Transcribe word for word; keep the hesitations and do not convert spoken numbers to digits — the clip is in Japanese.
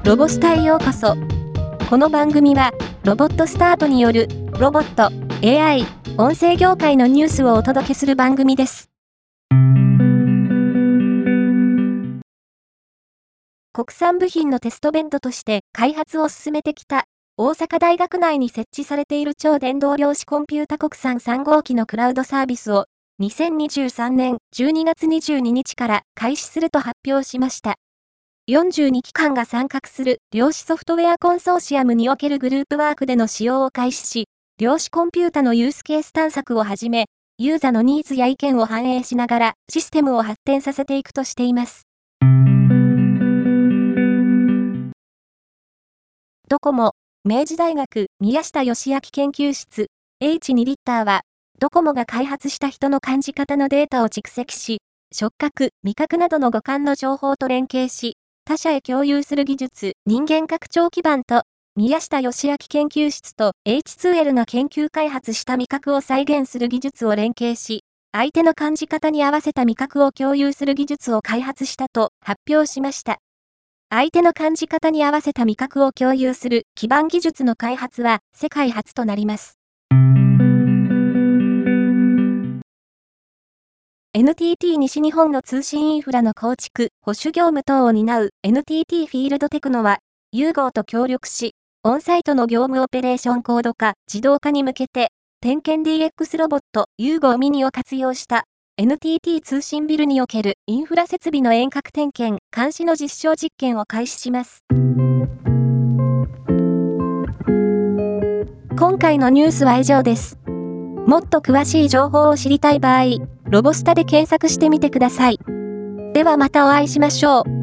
ロボスタへようこそ。この番組は、ロボットスタートによる、ロボット、エーアイ、音声業界のニュースをお届けする番組です。国産部品のテストベッドとして開発を進めてきた、大阪大学内に設置されている超電導量子コンピュータ国産さん号機のクラウドサービスを、にせんにじゅうさんねんじゅうにがつにじゅうににちから開始すると発表しました。よんじゅうにきかんが参画する量子ソフトウェアコンソーシアムにおけるグループワークでの使用を開始し、量子コンピュータのユースケース探索をはじめ、ユーザのニーズや意見を反映しながらシステムを発展させていくとしています。ドコモ、明治大学宮下義明研究室 エイチに リッターは、ドコモが開発した人の感じ方のデータを蓄積し、触覚、味覚などの五感の情報と連携し、他社へ共有する技術、人間拡張基盤と、宮下義明研究室と エイチツーエル が研究開発した味覚を再現する技術を連携し、相手の感じ方に合わせた味覚を共有する技術を開発したと発表しました。相手の感じ方に合わせた味覚を共有する基盤技術の開発は世界初となります。エヌティーティー 西日本の通信インフラの構築、保守業務等を担う エヌティーティー フィールドテクノは、ユーゴーと協力し、オンサイトの業務オペレーション高度化、自動化に向けて、点検 ディーエックス ロボット、ユーゴーミニを活用した、エヌティーティー 通信ビルにおけるインフラ設備の遠隔点検、監視の実証実験を開始します。今回のニュースは以上です。もっと詳しい情報を知りたい場合、ロボスタで検索してみてください。ではまたお会いしましょう。